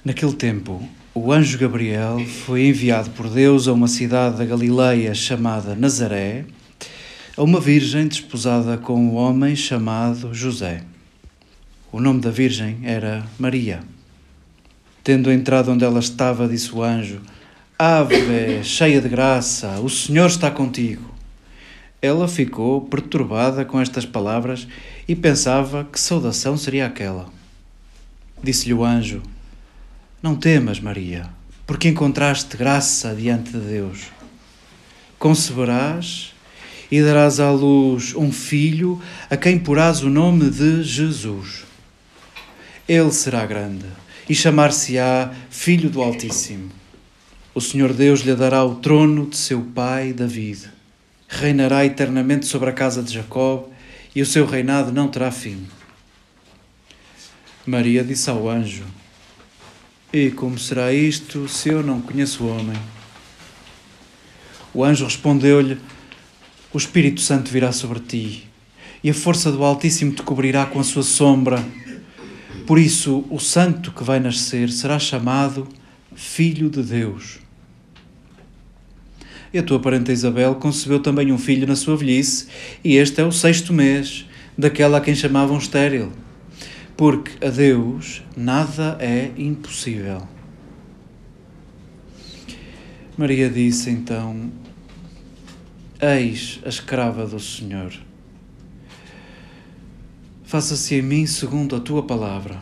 Naquele tempo, o anjo Gabriel foi enviado por Deus a uma cidade da Galileia chamada Nazaré, a uma virgem desposada com um homem chamado José. O nome da virgem era Maria. Tendo entrado onde ela estava, disse o anjo: Ave, cheia de graça, o Senhor está contigo. Ela ficou perturbada com estas palavras e pensava que saudação seria aquela. Disse-lhe o anjo: Não temas, Maria, porque encontraste graça diante de Deus. Conceberás e darás à luz um filho a quem porás o nome de Jesus. Ele será grande e chamar-se-á Filho do Altíssimo. O Senhor Deus lhe dará o trono de seu pai David. Reinará eternamente sobre a casa de Jacó e o seu reinado não terá fim. Maria disse ao anjo: E como será isto se eu não conheço o homem? O anjo respondeu-lhe: O Espírito Santo virá sobre ti, e a força do Altíssimo te cobrirá com a sua sombra. Por isso, o santo que vai nascer será chamado Filho de Deus. E a tua parenta Isabel concebeu também um filho na sua velhice, e este é o 6º mês daquela a quem chamavam estéril, porque a Deus nada é impossível. Maria disse então: Eis a escrava do Senhor. Faça-se em mim segundo a tua palavra.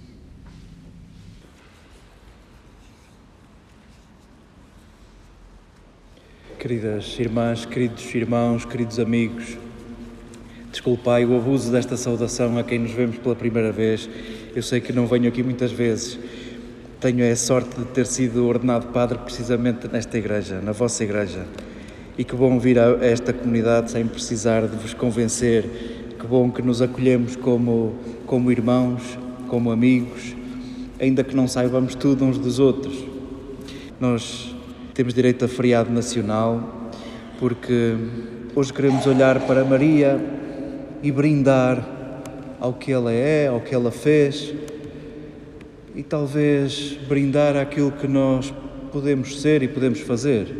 Queridas irmãs, queridos irmãos, queridos amigos, desculpai o abuso desta saudação a quem nos vemos pela primeira vez. Eu sei que não venho aqui muitas vezes. Tenho a sorte de ter sido ordenado padre precisamente nesta igreja, na vossa igreja. E que bom vir a esta comunidade sem precisar de vos convencer. Que bom que nos acolhemos como irmãos, como amigos, ainda que não saibamos tudo uns dos outros. Nós temos direito a feriado nacional porque hoje queremos olhar para Maria e brindar ao que ela é, ao que ela fez e talvez brindar àquilo que nós podemos ser e podemos fazer.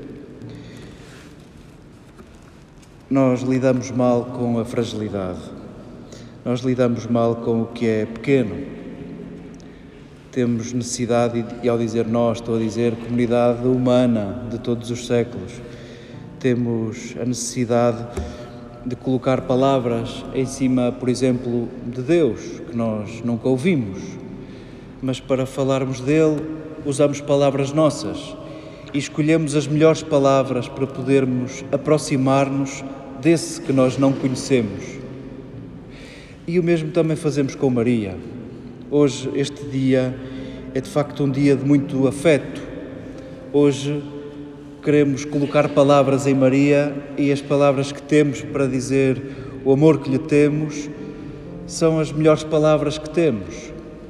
Nós lidamos mal com a fragilidade, nós lidamos mal com o que é pequeno. Temos necessidade, e ao dizer nós, estou a dizer comunidade humana de todos os séculos, temos a necessidade de colocar palavras em cima, por exemplo, de Deus, que nós nunca ouvimos, mas para falarmos dele usamos palavras nossas e escolhemos as melhores palavras para podermos aproximar-nos desse que nós não conhecemos. E o mesmo também fazemos com Maria. Hoje, este dia, é de facto um dia de muito afeto. Hoje queremos colocar palavras em Maria e as palavras que temos para dizer o amor que lhe temos são as melhores palavras que temos.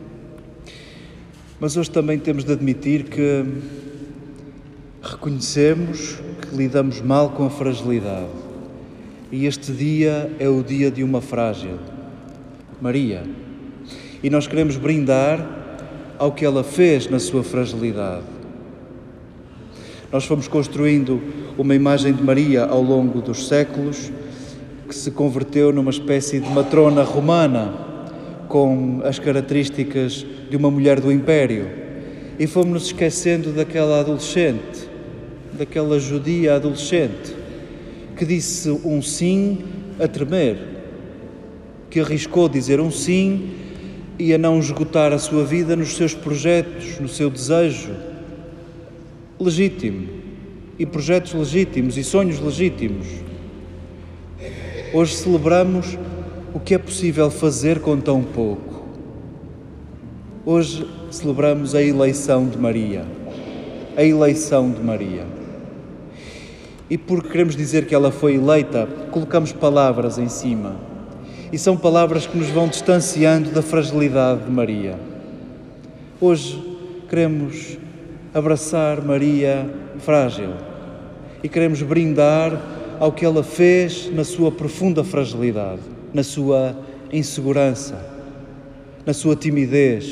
Mas hoje também temos de admitir que reconhecemos que lidamos mal com a fragilidade. E este dia é o dia de uma frágil, Maria. E nós queremos brindar ao que ela fez na sua fragilidade. Nós fomos construindo uma imagem de Maria ao longo dos séculos que se converteu numa espécie de matrona romana com as características de uma mulher do Império. E fomos-nos esquecendo daquela adolescente, daquela judia adolescente que disse um sim a tremer, que arriscou dizer um sim e a não esgotar a sua vida nos seus projetos, no seu desejo legítimo, e projetos legítimos e sonhos legítimos. Hoje celebramos o que é possível fazer com tão pouco. Hoje celebramos a eleição de Maria. A eleição de Maria. E porque queremos dizer que ela foi eleita, colocamos palavras em cima. E são palavras que nos vão distanciando da fragilidade de Maria. Hoje queremos abraçar Maria frágil e queremos brindar ao que ela fez na sua profunda fragilidade, na sua insegurança, na sua timidez,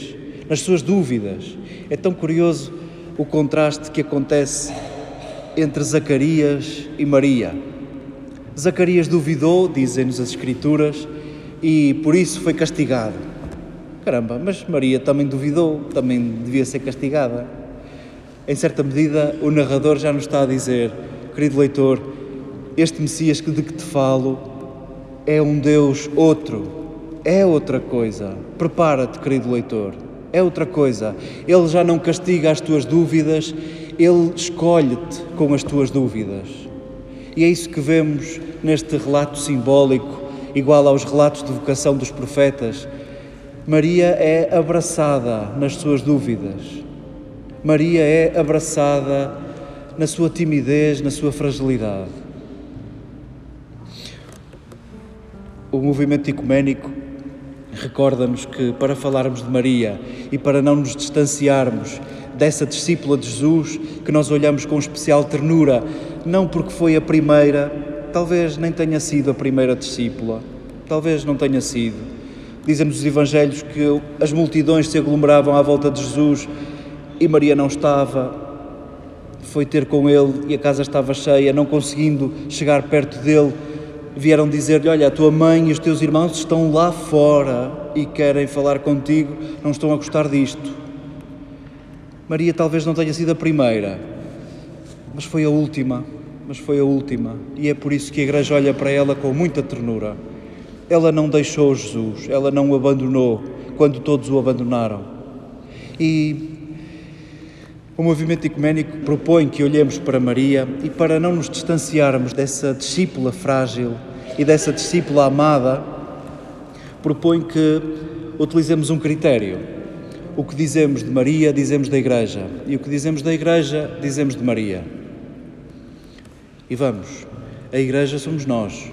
nas suas dúvidas. É tão curioso o contraste que acontece entre Zacarias e Maria. Zacarias duvidou, dizem-nos as Escrituras, e por isso foi castigado. Caramba, mas Maria também duvidou, também devia ser castigada. Em certa medida, o narrador já nos está a dizer: querido leitor, este Messias de que te falo é um Deus outro, é outra coisa. Prepara-te, querido leitor, é outra coisa. Ele já não castiga as tuas dúvidas, Ele escolhe-te com as tuas dúvidas. E é isso que vemos neste relato simbólico, igual aos relatos de vocação dos profetas. Maria é abraçada nas suas dúvidas. Maria é abraçada na sua timidez, na sua fragilidade. O movimento ecuménico recorda-nos que, para falarmos de Maria e para não nos distanciarmos dessa discípula de Jesus, que nós olhamos com especial ternura, não porque foi a primeira, talvez nem tenha sido a primeira discípula, talvez não tenha sido. Dizem-nos os Evangelhos que as multidões se aglomeravam à volta de Jesus e Maria não estava. Foi ter com ele e a casa estava cheia, não conseguindo chegar perto dele. Vieram dizer-lhe: olha, a tua mãe e os teus irmãos estão lá fora e querem falar contigo, não estão a gostar disto. Maria talvez não tenha sido a primeira, mas foi a última, e é por isso que a Igreja olha para ela com muita ternura. Ela não deixou Jesus, ela não o abandonou quando todos o abandonaram. E o movimento ecuménico propõe que olhemos para Maria e, para não nos distanciarmos dessa discípula frágil e dessa discípula amada, propõe que utilizemos um critério. O que dizemos de Maria, dizemos da Igreja, e o que dizemos da Igreja, dizemos de Maria. E vamos, a Igreja somos nós.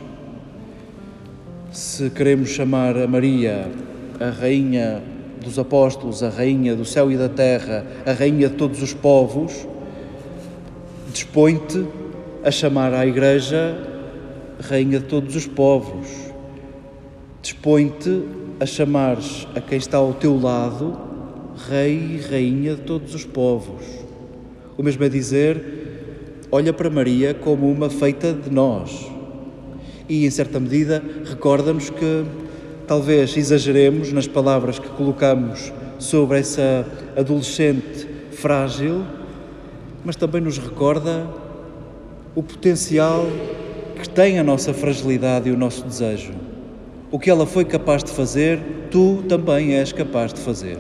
Se queremos chamar a Maria a Rainha dos Apóstolos, a Rainha do céu e da terra, a Rainha de todos os povos, dispõe-te a chamar à Igreja Rainha de todos os povos. Dispõe-te a chamares a quem está ao teu lado Rei e Rainha de todos os povos. O mesmo é dizer, olha para Maria como uma feita de nós. E, em certa medida, recorda-nos que talvez exageremos nas palavras que colocamos sobre essa adolescente frágil, mas também nos recorda o potencial que tem a nossa fragilidade e o nosso desejo. O que ela foi capaz de fazer, tu também és capaz de fazer.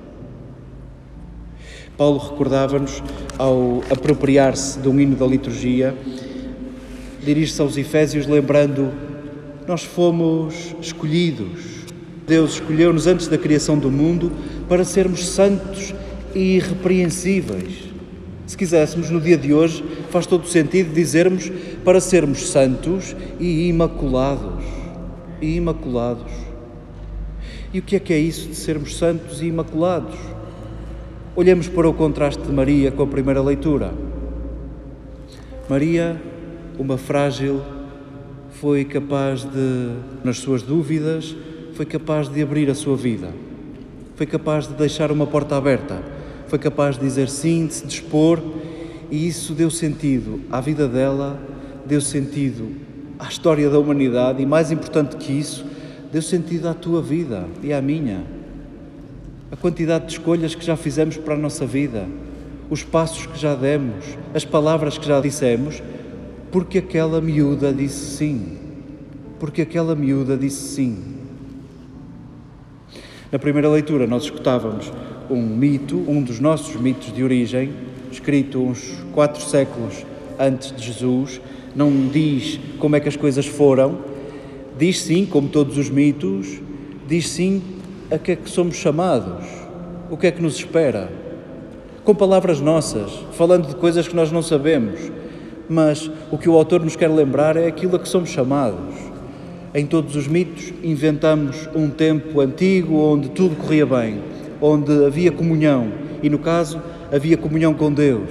Paulo recordava-nos, ao apropriar-se de um hino da liturgia, dirige-se aos Efésios lembrando: nós fomos escolhidos. Deus escolheu-nos antes da criação do mundo para sermos santos e irrepreensíveis. Se quiséssemos, no dia de hoje, faz todo o sentido dizermos para sermos santos e imaculados. E imaculados. E o que é isso de sermos santos e imaculados? Olhemos para o contraste de Maria com a primeira leitura. Maria, uma frágil, foi capaz de, nas suas dúvidas, foi capaz de abrir a sua vida. Foi capaz de deixar uma porta aberta. Foi capaz de dizer sim, de se dispor, e isso deu sentido à vida dela, deu sentido à história da humanidade e, mais importante que isso, deu sentido à tua vida e à minha. A quantidade de escolhas que já fizemos para a nossa vida, os passos que já demos, as palavras que já dissemos, porque aquela miúda disse sim. Porque aquela miúda disse sim. Na primeira leitura nós escutávamos um mito, um dos nossos mitos de origem, escrito uns 4 séculos antes de Jesus. Não diz como é que as coisas foram, diz sim, como todos os mitos, diz sim a que é que somos chamados, o que é que nos espera, com palavras nossas, falando de coisas que nós não sabemos, mas o que o autor nos quer lembrar é aquilo a que somos chamados. Em todos os mitos inventamos um tempo antigo onde tudo corria bem, onde havia comunhão, e no caso havia comunhão com Deus.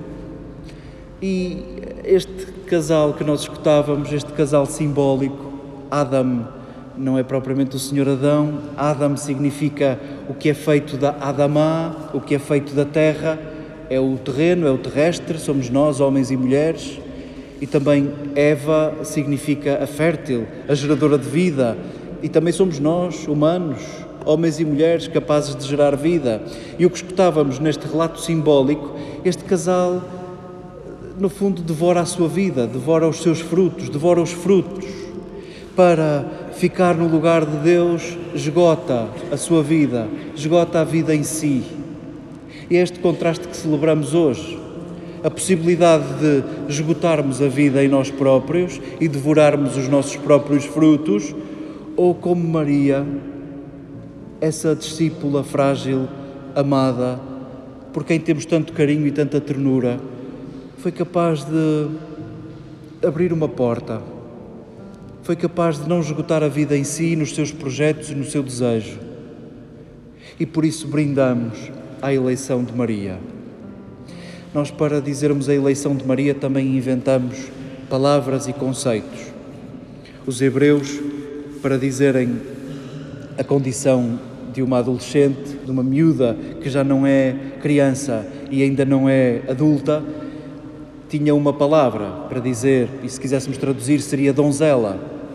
E este casal que nós escutávamos, este casal simbólico, Adam, não é propriamente o Senhor Adão. Adam significa o que é feito da Adamá, o que é feito da terra, é o terreno, é o terrestre, somos nós, homens e mulheres. E também Eva significa a fértil, a geradora de vida. E também somos nós, humanos, homens e mulheres capazes de gerar vida. E o que escutávamos neste relato simbólico, este casal, no fundo, devora a sua vida, devora os seus frutos, devora os frutos. Para ficar no lugar de Deus, esgota a sua vida, esgota a vida em si. E é este contraste que celebramos hoje. A possibilidade de esgotarmos a vida em nós próprios e devorarmos os nossos próprios frutos, ou como Maria, essa discípula frágil, amada, por quem temos tanto carinho e tanta ternura, foi capaz de abrir uma porta, foi capaz de não esgotar a vida em si, nos seus projetos e no seu desejo. E por isso brindamos à eleição de Maria. Nós, para dizermos a eleição de Maria, também inventamos palavras e conceitos. Os hebreus, para dizerem a condição de uma adolescente, de uma miúda que já não é criança e ainda não é adulta, tinha uma palavra para dizer, e se quiséssemos traduzir seria donzela.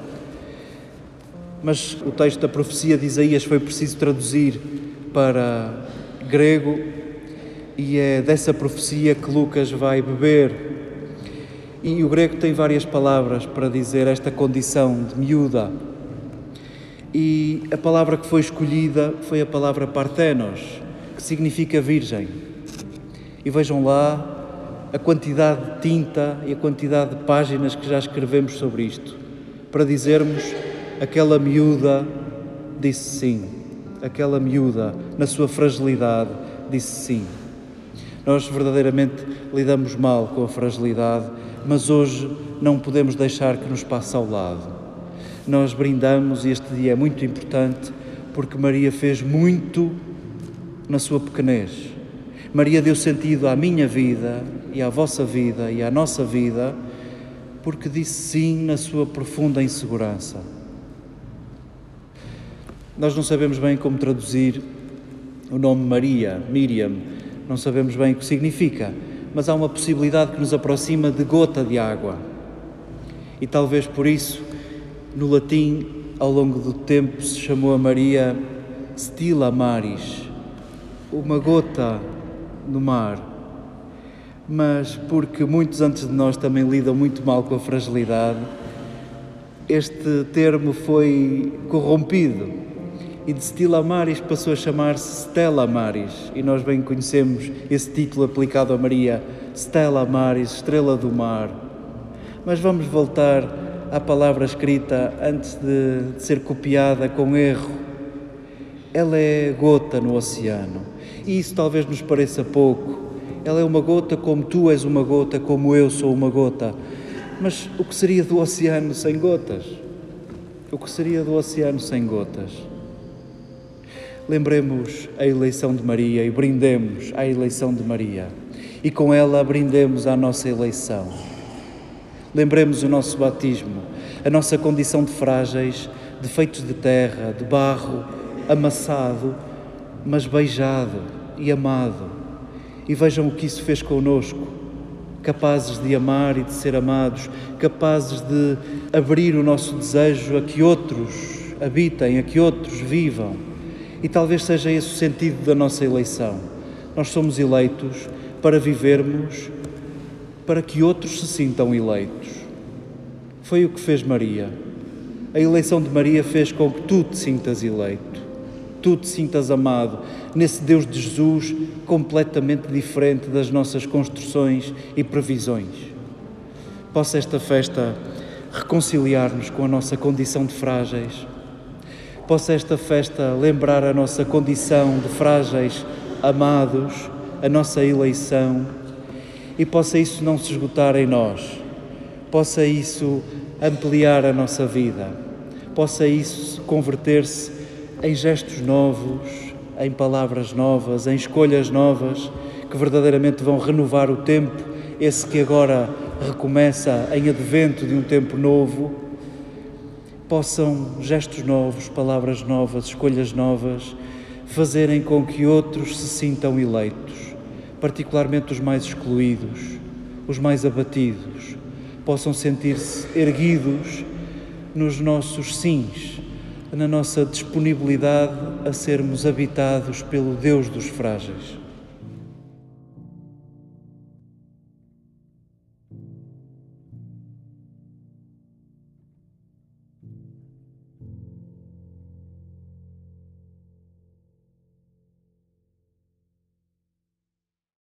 Mas o texto da profecia de Isaías foi preciso traduzir para grego e é dessa profecia que Lucas vai beber. E o grego tem várias palavras para dizer esta condição de miúda. E a palavra que foi escolhida foi a palavra parthenos, que significa virgem. E vejam lá a quantidade de tinta e a quantidade de páginas que já escrevemos sobre isto, para dizermos aquela miúda disse sim, aquela miúda na sua fragilidade disse sim. Nós verdadeiramente lidamos mal com a fragilidade, mas hoje não podemos deixar que nos passe ao lado. Nós brindamos e este dia é muito importante porque Maria fez muito na sua pequenez. Maria deu sentido à minha vida e à vossa vida e à nossa vida porque disse sim na sua profunda insegurança. Nós não sabemos bem como traduzir o nome Maria, Miriam, não sabemos bem o que significa, mas há uma possibilidade que nos aproxima de gota de água. E talvez por isso, no latim, ao longo do tempo, se chamou a Maria Stilla Maris, uma gota no mar. Mas porque muitos antes de nós também lidam muito mal com a fragilidade, este termo foi corrompido. E de Stilla Maris passou a chamar-se Stella Maris, e nós bem conhecemos esse título aplicado a Maria, Stella Maris, estrela do mar. Mas vamos voltar à palavra escrita antes de ser copiada com erro. Ela é gota no oceano, e isso talvez nos pareça pouco. Ela é uma gota como tu és uma gota, como eu sou uma gota. Mas o que seria do oceano sem gotas? O que seria do oceano sem gotas? Lembremos a eleição de Maria e brindemos à eleição de Maria. E com ela brindemos à nossa eleição. Lembremos o nosso batismo, a nossa condição de frágeis, de feitos de terra, de barro, amassado, mas beijado e amado. E vejam o que isso fez connosco, capazes de amar e de ser amados, capazes de abrir o nosso desejo a que outros habitem, a que outros vivam. E talvez seja esse o sentido da nossa eleição. Nós somos eleitos para vivermos, para que outros se sintam eleitos. Foi o que fez Maria. A eleição de Maria fez com que tu te sintas eleito, tu te sintas amado, nesse Deus de Jesus completamente diferente das nossas construções e previsões. Possa esta festa reconciliar-nos com a nossa condição de frágeis. Possa esta festa lembrar a nossa condição de frágeis, amados, a nossa eleição, e possa isso não se esgotar em nós, possa isso ampliar a nossa vida, possa isso converter-se em gestos novos, em palavras novas, em escolhas novas, que verdadeiramente vão renovar o tempo, esse que agora recomeça em advento de um tempo novo. Possam gestos novos, palavras novas, escolhas novas, fazerem com que outros se sintam eleitos, particularmente os mais excluídos, os mais abatidos, possam sentir-se erguidos nos nossos sims, na nossa disponibilidade a sermos habitados pelo Deus dos frágeis.